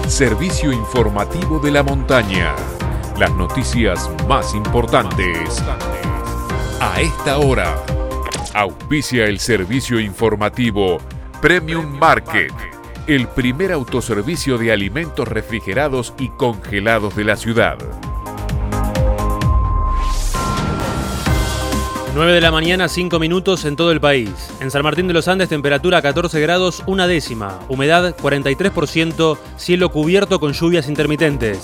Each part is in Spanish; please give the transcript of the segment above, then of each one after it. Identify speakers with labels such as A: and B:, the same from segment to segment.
A: Servicio informativo de la montaña. Las noticias más importantes a esta hora. Auspicia el servicio informativo Premium Market, el primer autoservicio de alimentos refrigerados y congelados de la ciudad.
B: 9 de la mañana, 5 minutos en todo el país. En San Martín de los Andes, temperatura 14 grados, 1/10. Humedad 43%, cielo cubierto con lluvias intermitentes.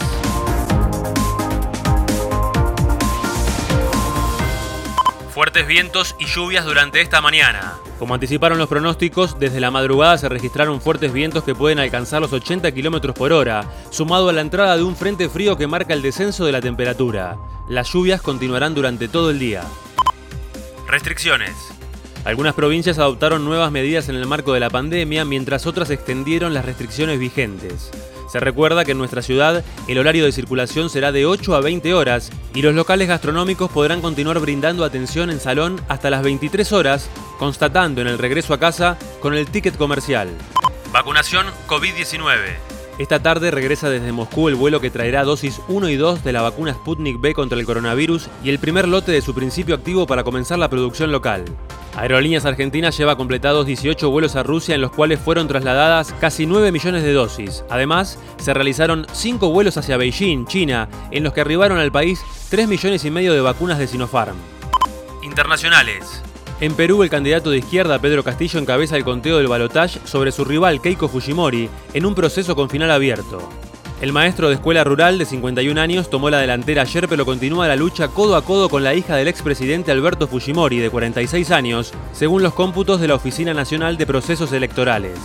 B: Fuertes vientos y lluvias durante esta mañana. Como anticiparon los pronósticos, desde la madrugada se registraron fuertes vientos que pueden alcanzar los 80 km por hora, sumado a la entrada de un frente frío que marca el descenso de la temperatura. Las lluvias continuarán durante todo el día. Restricciones. Algunas provincias adoptaron nuevas medidas en el marco de la pandemia, mientras otras extendieron las restricciones vigentes. Se recuerda que en nuestra ciudad el horario de circulación será de 8 a 20 horas y los locales gastronómicos podrán continuar brindando atención en salón hasta las 23 horas, constatando en el regreso a casa con el ticket comercial. Vacunación COVID-19. Esta tarde regresa desde Moscú el vuelo que traerá dosis 1 y 2 de la vacuna Sputnik V contra el coronavirus y el primer lote de su principio activo para comenzar la producción local. Aerolíneas Argentinas lleva completados 18 vuelos a Rusia en los cuales fueron trasladadas casi 9 millones de dosis. Además, se realizaron 5 vuelos hacia Beijing, China, en los que arribaron al país 3,5 millones de vacunas de Sinopharm. Internacionales. En Perú, el candidato de izquierda, Pedro Castillo, encabeza el conteo del balotaje sobre su rival Keiko Fujimori en un proceso con final abierto. El maestro de escuela rural de 51 años tomó la delantera ayer, pero continúa la lucha codo a codo con la hija del expresidente Alberto Fujimori, de 46 años, según los cómputos de la Oficina Nacional de Procesos Electorales.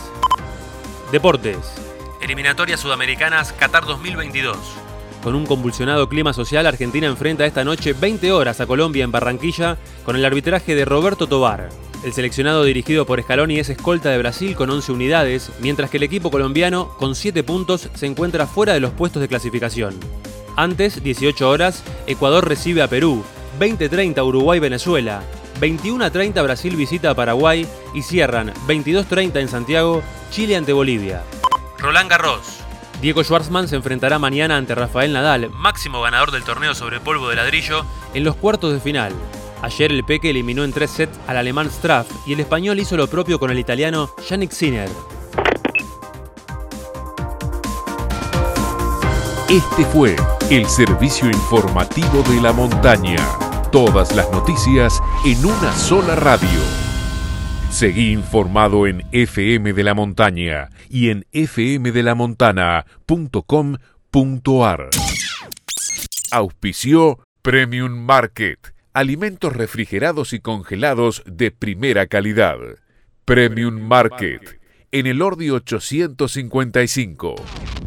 B: Deportes. Eliminatorias sudamericanas Qatar 2022. Con un convulsionado clima social, Argentina enfrenta esta noche 20 horas a Colombia en Barranquilla con el arbitraje de Roberto Tovar. El seleccionado dirigido por Scaloni es escolta de Brasil con 11 unidades, mientras que el equipo colombiano, con 7 puntos, se encuentra fuera de los puestos de clasificación. Antes, 18 horas, Ecuador recibe a Perú, 20:30 Uruguay-Venezuela, 21:30 Brasil visita a Paraguay y cierran 22:30 en Santiago, Chile ante Bolivia. Roland Garros. Diego Schwartzman se enfrentará mañana ante Rafael Nadal, máximo ganador del torneo sobre polvo de ladrillo, en los cuartos de final. Ayer el Peque eliminó en 3 sets al alemán Straff y el español hizo lo propio con el italiano Jannik Sinner.
A: Este fue el servicio informativo de la montaña. Todas las noticias en una sola radio. Seguí informado en FM de la Montaña y en fmdelamontana.com.ar. Auspició Premium Market. Alimentos refrigerados y congelados de primera calidad. Premium Market. En el Ordi 855.